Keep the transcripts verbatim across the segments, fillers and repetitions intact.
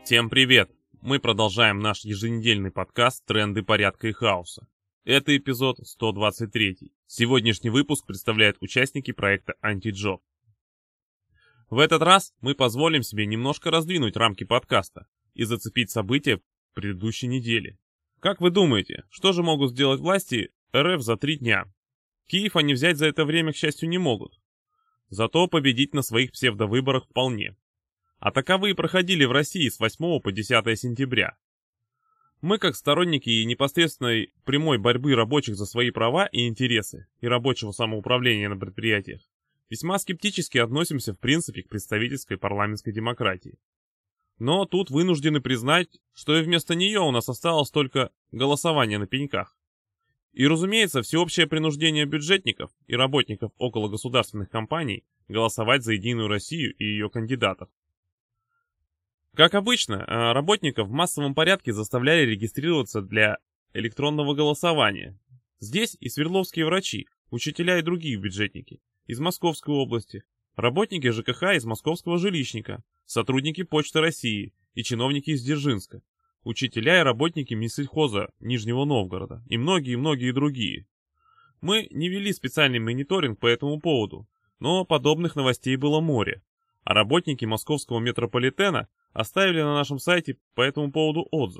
Всем привет! Мы продолжаем наш еженедельный подкаст «Тренды порядка и хаоса». Это эпизод сто двадцать три. Сегодняшний выпуск представляет участники проекта «Антиджоб». В этот раз мы позволим себе немножко раздвинуть рамки подкаста и зацепить события предыдущей недели. Как вы думаете, что же могут сделать власти РФ за три дня? Киев они взять за это время, к счастью, не могут. Зато победить на своих псевдовыборах вполне. А таковые проходили в России с восьмого по десятое сентября. Мы, как сторонники и непосредственной прямой борьбы рабочих за свои права и интересы и рабочего самоуправления на предприятиях, весьма скептически относимся в принципе к представительской парламентской демократии. Но тут вынуждены признать, что и вместо нее у нас осталось только голосование на пеньках. И, разумеется, всеобщее принуждение бюджетников и работников окологосударственных компаний голосовать за Единую Россию и ее кандидатов. Как обычно, работников в массовом порядке заставляли регистрироваться для электронного голосования. Здесь и свердловские врачи, учителя и другие бюджетники из Московской области, работники ЖКХ из московского жилищника, сотрудники Почты России и чиновники из Дзержинска, учителя и работники Минсельхоза Нижнего Новгорода и многие-многие другие. Мы не вели специальный мониторинг по этому поводу, но подобных новостей было море, а работники московского метрополитена оставили на нашем сайте по этому поводу отзыв.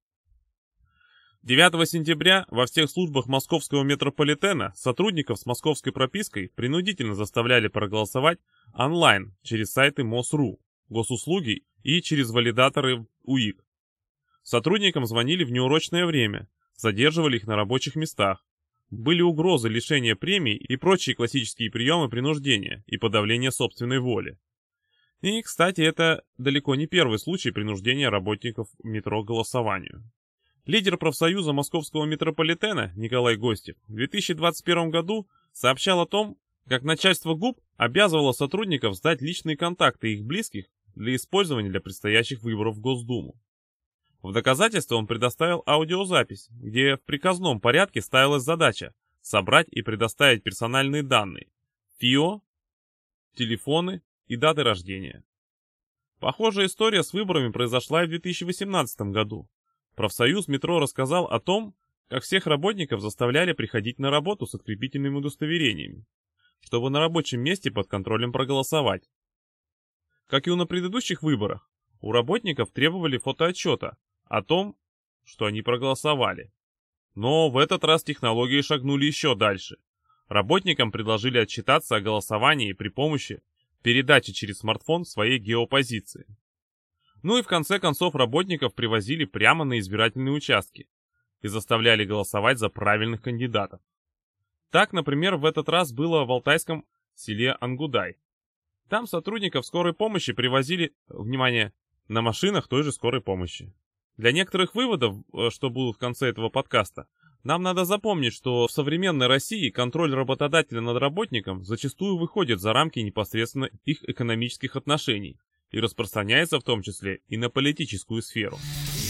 девятого сентября во всех службах московского метрополитена сотрудников с московской пропиской принудительно заставляли проголосовать онлайн через сайты МОСРУ, госуслуги и через валидаторы УИК. Сотрудникам звонили в неурочное время, задерживали их на рабочих местах. Были угрозы лишения премий и прочие классические приемы принуждения и подавления собственной воли. И, кстати, это далеко не первый случай принуждения работников метро к голосованию. Лидер профсоюза московского метрополитена Николай Гостев в две тысячи двадцать первом году сообщал о том, как начальство ГУП обязывало сотрудников сдать личные контакты их близких для использования для предстоящих выборов в Госдуму. В доказательство он предоставил аудиозапись, где в приказном порядке ставилась задача собрать и предоставить персональные данные, ФИО, телефоны и даты рождения. Похожая история с выборами произошла и в две тысячи восемнадцатом году. Профсоюз метро рассказал о том, как всех работников заставляли приходить на работу с открепительными удостоверениями, чтобы на рабочем месте под контролем проголосовать. Как и на предыдущих выборах, у работников требовали фотоотчета о том, что они проголосовали. Но в этот раз технологии шагнули еще дальше. Работникам предложили отчитаться о голосовании при помощи передачи через смартфон своей геопозиции. Ну и в конце концов работников привозили прямо на избирательные участки и заставляли голосовать за правильных кандидатов. Так, например, в этот раз было в алтайском селе Ангудай. Там сотрудников скорой помощи привозили, внимание, на машинах той же скорой помощи. Для некоторых выводов, что будут в конце этого подкаста, нам надо запомнить, что в современной России контроль работодателя над работником зачастую выходит за рамки непосредственно их экономических отношений и распространяется в том числе и на политическую сферу.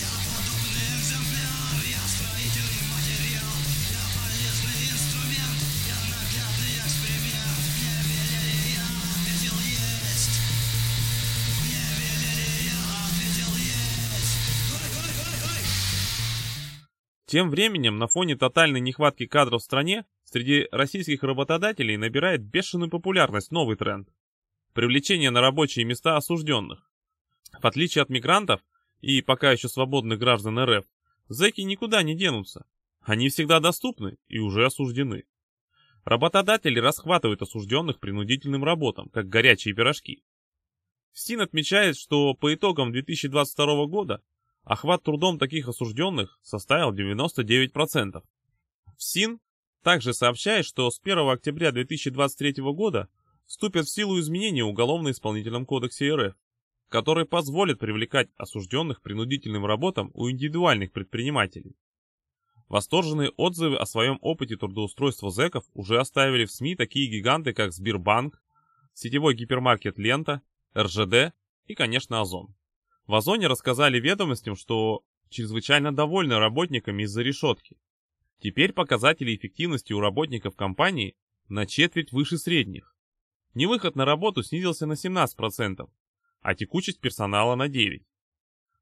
Тем временем, на фоне тотальной нехватки кадров в стране, среди российских работодателей набирает бешеную популярность новый тренд – привлечение на рабочие места осужденных. В отличие от мигрантов и пока еще свободных граждан РФ, зэки никуда не денутся. Они всегда доступны и уже осуждены. Работодатели расхватывают осужденных принудительным работам, как горячие пирожки. ФСИН отмечает, что по итогам две тысячи двадцать второго года охват трудом таких осужденных составил девяносто девять процентов. ФСИН также сообщает, что с первого октября две тысячи двадцать третьего года вступят в силу изменения в Уголовно-исполнительном кодексе РФ, которые позволят привлекать осужденных к принудительным работам у индивидуальных предпринимателей. Восторженные отзывы о своем опыте трудоустройства зэков уже оставили в СМИ такие гиганты, как Сбербанк, сетевой гипермаркет Лента, эр жэ дэ и, конечно, Озон. В Озоне рассказали ведомостям, что чрезвычайно довольны работниками из-за решетки. Теперь показатели эффективности у работников компании на четверть выше средних. Невыход на работу снизился на семнадцать процентов, а текучесть персонала на девять процентов.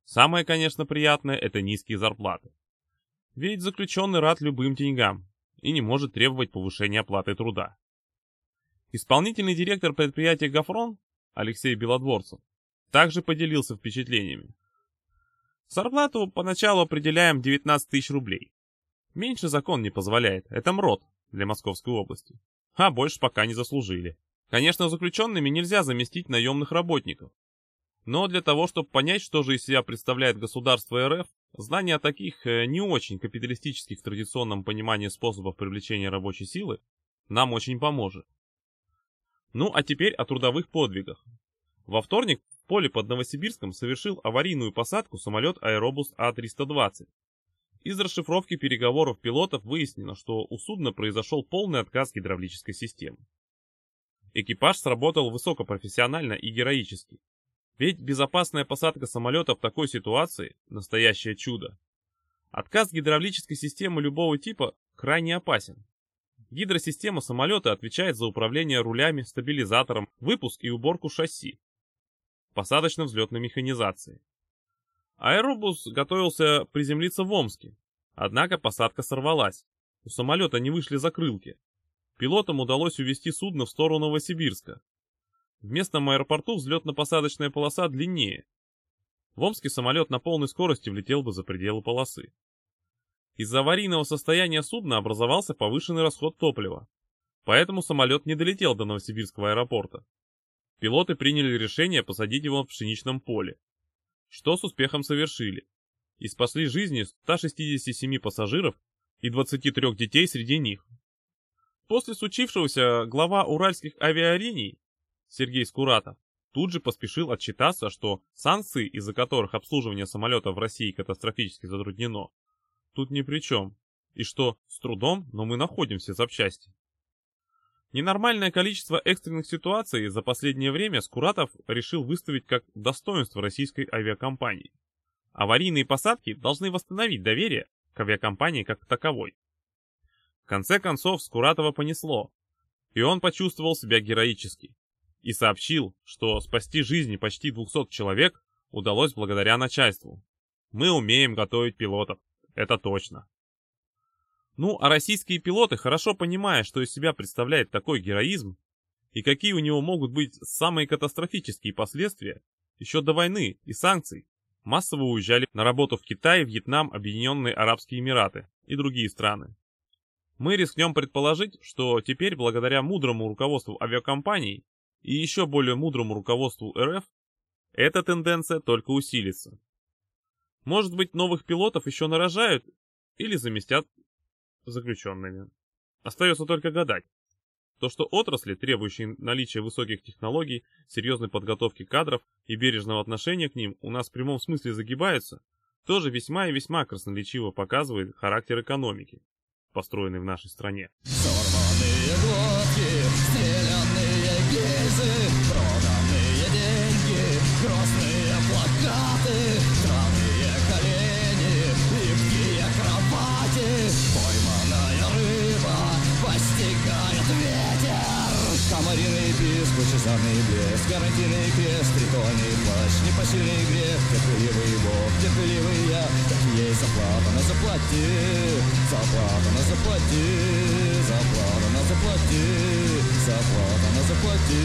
Самое, конечно, приятное – это низкие зарплаты. Ведь заключенный рад любым деньгам и не может требовать повышения оплаты труда. Исполнительный директор предприятия «Гофрон» Алексей Белодворцев также поделился впечатлениями. Зарплату поначалу определяем девятнадцать тысяч рублей. Меньше закон не позволяет, это МРОТ для Московской области. А больше пока не заслужили. Конечно, заключенными нельзя заместить наемных работников. Но для того, чтобы понять, что же из себя представляет государство РФ, знание о таких не очень капиталистических в традиционном понимании способов привлечения рабочей силы нам очень поможет. Ну а теперь о трудовых подвигах. Во вторник в поле под Новосибирском совершил аварийную посадку самолет Аэробус А триста двадцать. Из расшифровки переговоров пилотов выяснено, что у судна произошел полный отказ гидравлической системы. Экипаж сработал высокопрофессионально и героически. Ведь безопасная посадка самолета в такой ситуации – настоящее чудо. Отказ гидравлической системы любого типа крайне опасен. Гидросистема самолета отвечает за управление рулями, стабилизатором, выпуск и уборку шасси, посадочно-взлетной механизации. Аэробус готовился приземлиться в Омске, однако посадка сорвалась. У самолета не вышли закрылки. Пилотам удалось увести судно в сторону Новосибирска. В местном аэропорту взлетно-посадочная полоса длиннее. В Омске самолет на полной скорости влетел бы за пределы полосы. Из-за аварийного состояния судна образовался повышенный расход топлива, поэтому самолет не долетел до Новосибирского аэропорта. Пилоты приняли решение посадить его в пшеничном поле, что с успехом совершили, и спасли жизни ста шестидесяти семи пассажиров и двадцати трёх детей среди них. После случившегося глава уральских авиалиний Сергей Скуратов тут же поспешил отчитаться, что санкции, из-за которых обслуживание самолета в России катастрофически затруднено, тут ни при чем, и что с трудом, но мы находим все запчасти. Ненормальное количество экстренных ситуаций за последнее время Скуратов решил выставить как достоинство российской авиакомпании. Аварийные посадки должны восстановить доверие к авиакомпании как таковой. В конце концов Скуратова понесло, и он почувствовал себя героически. И сообщил, что спасти жизни почти двухсот человек удалось благодаря начальству. Мы умеем готовить пилотов, это точно. Ну, а российские пилоты, хорошо понимая, что из себя представляет такой героизм, и какие у него могут быть самые катастрофические последствия, еще до войны и санкций, массово уезжали на работу в Китай, Вьетнам, Объединенные Арабские Эмираты и другие страны. Мы рискнем предположить, что теперь, благодаря мудрому руководству авиакомпаний, и еще более мудрому руководству РФ, эта тенденция только усилится. Может быть, новых пилотов еще нарожают или заместят заключенными. Остается только гадать. То, что отрасли, требующие наличия высоких технологий, серьезной подготовки кадров и бережного отношения к ним, у нас в прямом смысле загибаются, тоже весьма и весьма красноречиво показывает характер экономики, построенной в нашей стране. Сорванные глотки, стрелянные гильзы, проданные деньги, красные плакаты, драные колени, липкие кровати, пойманная рыба постигает ветер. Комариный писк, лучезарный блеск, гарантийный крест, ритуальный плащ, непосильный грех, терпеливый бог, терпеливый я, как есть заплата на заплате, заплата на заплате, заплата на заплате, заплата на заплате.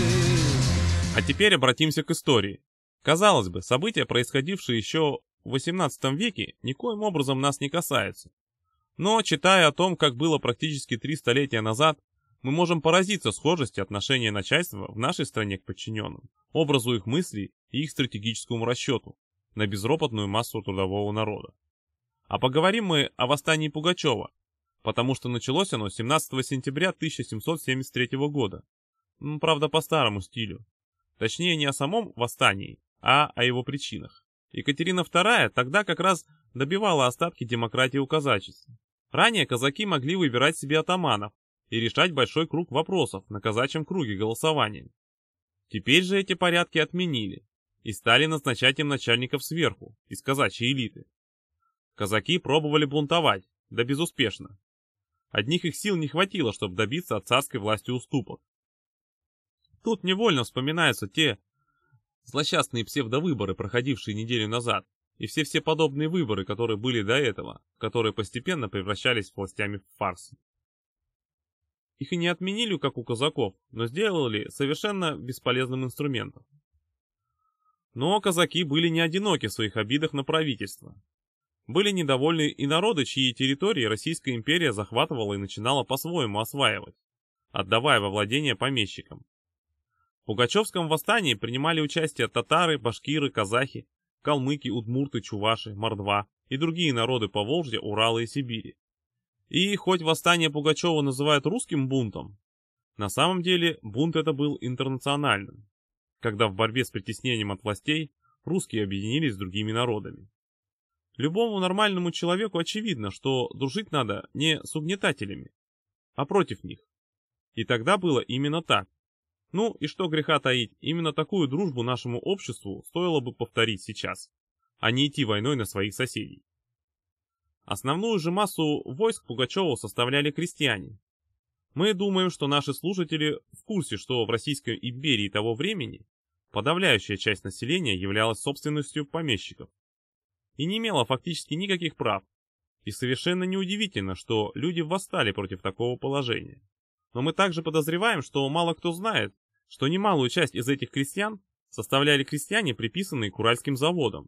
А теперь обратимся к истории. Казалось бы, события, происходившие еще в восемнадцатом веке, никоим образом нас не касаются. Но, читая о том, как было практически три столетия назад, мы можем поразиться схожести отношения начальства в нашей стране к подчиненным, образу их мыслей и их стратегическому расчету на безропотную массу трудового народа. А поговорим мы о восстании Пугачева, потому что началось оно семнадцатого сентября тысяча семьсот семьдесят третьего года, ну, правда по старому стилю. Точнее не о самом восстании, а о его причинах. Екатерина вторая тогда как раз добивала остатки демократии у казачества. Ранее казаки могли выбирать себе атаманов и решать большой круг вопросов на казачьем круге голосованием. Теперь же эти порядки отменили и стали назначать им начальников сверху, из казачьей элиты. Казаки пробовали бунтовать, да безуспешно. Одних их сил не хватило, чтобы добиться от царской власти уступок. Тут невольно вспоминаются те Злосчастные псевдовыборы, проходившие неделю назад, и все-все подобные выборы, которые были до этого, которые постепенно превращались властями в фарс. Их и не отменили, как у казаков, но сделали совершенно бесполезным инструментом. Но казаки были не одиноки в своих обидах на правительство. Были недовольны и народы, чьи территории Российская империя захватывала и начинала по-своему осваивать, отдавая во владение помещикам. В Пугачевском восстании принимали участие татары, башкиры, казахи, калмыки, удмурты, чуваши, мордва и другие народы Поволжья, Урала и Сибири. И хоть восстание Пугачева называют русским бунтом, на самом деле бунт это был интернациональным, когда в борьбе с притеснением от властей русские объединились с другими народами. Любому нормальному человеку очевидно, что дружить надо не с угнетателями, а против них. И тогда было именно так. Ну и что греха таить, именно такую дружбу нашему обществу стоило бы повторить сейчас, а не идти войной на своих соседей. Основную же массу войск Пугачева составляли крестьяне. Мы думаем, что наши слушатели в курсе, что в Российской империи того времени подавляющая часть населения являлась собственностью помещиков и не имела фактически никаких прав. И совершенно неудивительно, что люди восстали против такого положения. Но мы также подозреваем, что мало кто знает, что немалую часть из этих крестьян составляли крестьяне, приписанные к уральским заводам.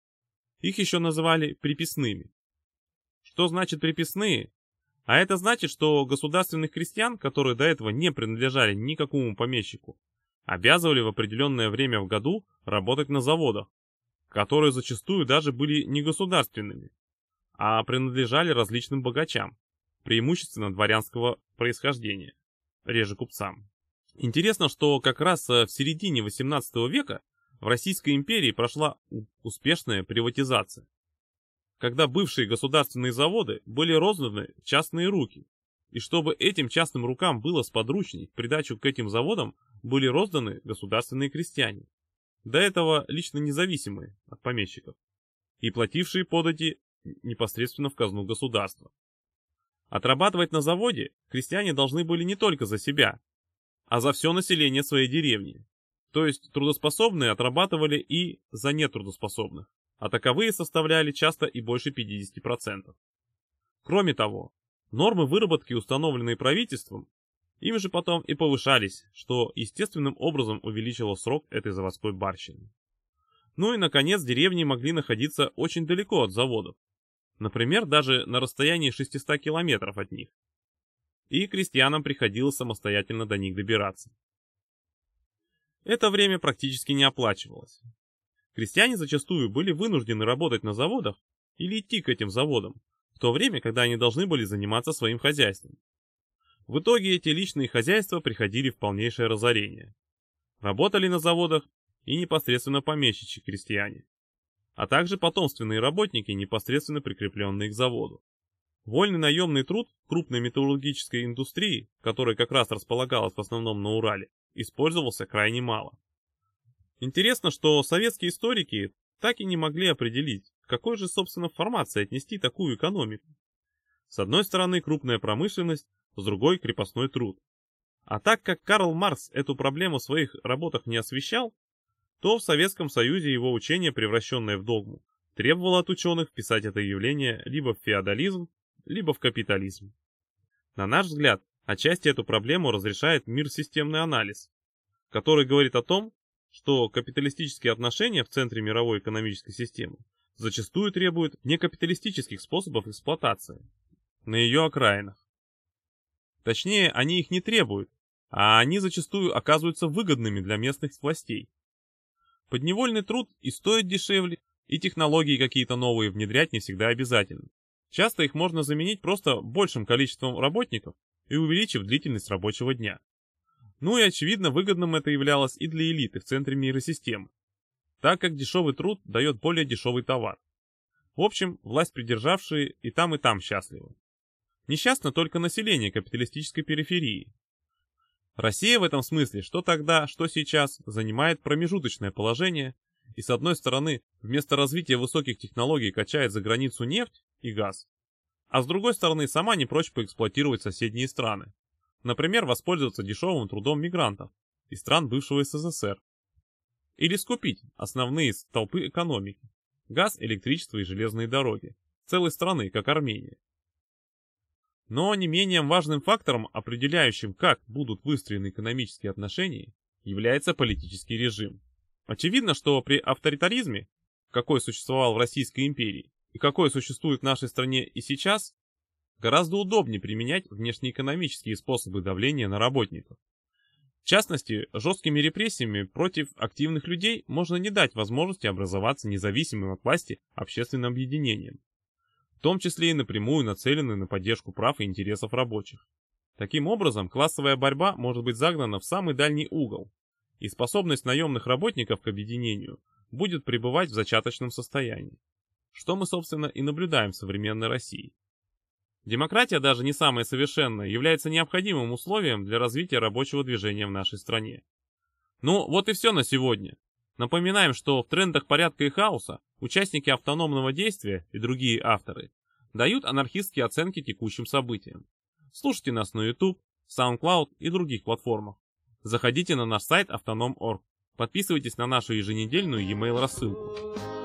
Их еще называли приписными. Что значит приписные? А это значит, что государственных крестьян, которые до этого не принадлежали никакому помещику, обязывали в определенное время в году работать на заводах, которые зачастую даже были не государственными, а принадлежали различным богачам, преимущественно дворянского происхождения, реже купцам. Интересно, что как раз в середине восемнадцатого века в Российской империи прошла успешная приватизация, когда бывшие государственные заводы были розданы в частные руки, и чтобы этим частным рукам было сподручней, в придачу к этим заводам были розданы государственные крестьяне, до этого лично независимые от помещиков, и платившие подати непосредственно в казну государства. Отрабатывать на заводе крестьяне должны были не только за себя, а за все население своей деревни. То есть трудоспособные отрабатывали и за нетрудоспособных, а таковые составляли часто и больше пятидесяти процентов. Кроме того, нормы выработки, установленные правительством, ими же потом и повышались, что естественным образом увеличило срок этой заводской барщины. Ну и, наконец, деревни могли находиться очень далеко от заводов, например, даже на расстоянии шестисот километров от них, и крестьянам приходилось самостоятельно до них добираться. Это время практически не оплачивалось. Крестьяне зачастую были вынуждены работать на заводах или идти к этим заводам, в то время, когда они должны были заниматься своим хозяйством. В итоге эти личные хозяйства приходили в полнейшее разорение. Работали на заводах и непосредственно помещичьи крестьяне, а также потомственные работники, непосредственно прикрепленные к заводу. Вольный наемный труд крупной металлургической индустрии, которая как раз располагалась в основном на Урале, использовался крайне мало. Интересно, что советские историки так и не могли определить, к какой же, собственно, формации отнести такую экономику. С одной стороны крупная промышленность, с другой крепостной труд. А так как Карл Маркс эту проблему в своих работах не освещал, то в Советском Союзе его учение, превращенное в догму, требовало от ученых вписать это явление либо в феодализм, либо в капитализм. На наш взгляд, отчасти эту проблему разрешает мир-системный анализ, который говорит о том, что капиталистические отношения в центре мировой экономической системы зачастую требуют некапиталистических способов эксплуатации на ее окраинах. Точнее, они их не требуют, а они зачастую оказываются выгодными для местных властей. Подневольный труд и стоит дешевле, и технологии какие-то новые внедрять не всегда обязательно. Часто их можно заменить просто большим количеством работников и увеличив длительность рабочего дня. Ну и очевидно выгодным это являлось и для элиты в центре миросистемы, так как дешевый труд дает более дешевый товар. В общем, власть придержавшие и там и там счастливы. Несчастно только население капиталистической периферии. Россия в этом смысле, что тогда, что сейчас, занимает промежуточное положение и с одной стороны вместо развития высоких технологий качает за границу нефть и газ, а с другой стороны сама не прочь поэксплуатировать соседние страны. Например, воспользоваться дешевым трудом мигрантов из стран бывшего СССР. Или скупить основные столпы экономики – газ, электричество и железные дороги целой страны, как Армения. Но не менее важным фактором, определяющим, как будут выстроены экономические отношения, является политический режим. Очевидно, что при авторитаризме, какой существовал в Российской империи и какой существует в нашей стране и сейчас, гораздо удобнее применять внешнеэкономические способы давления на работников. В частности, жесткими репрессиями против активных людей можно не дать возможности образоваться независимым от власти общественным объединением, в том числе и напрямую нацелены на поддержку прав и интересов рабочих. Таким образом, классовая борьба может быть загнана в самый дальний угол, и способность наемных работников к объединению будет пребывать в зачаточном состоянии, что мы, собственно, и наблюдаем в современной России. Демократия, даже не самая совершенная, является необходимым условием для развития рабочего движения в нашей стране. Ну, вот и все на сегодня. Напоминаем, что в трендах порядка и хаоса участники автономного действия и другие авторы дают анархистские оценки текущим событиям. Слушайте нас на YouTube, SoundCloud и других платформах. Заходите на наш сайт автоном точка орг. Подписывайтесь на нашу еженедельную e-mail рассылку.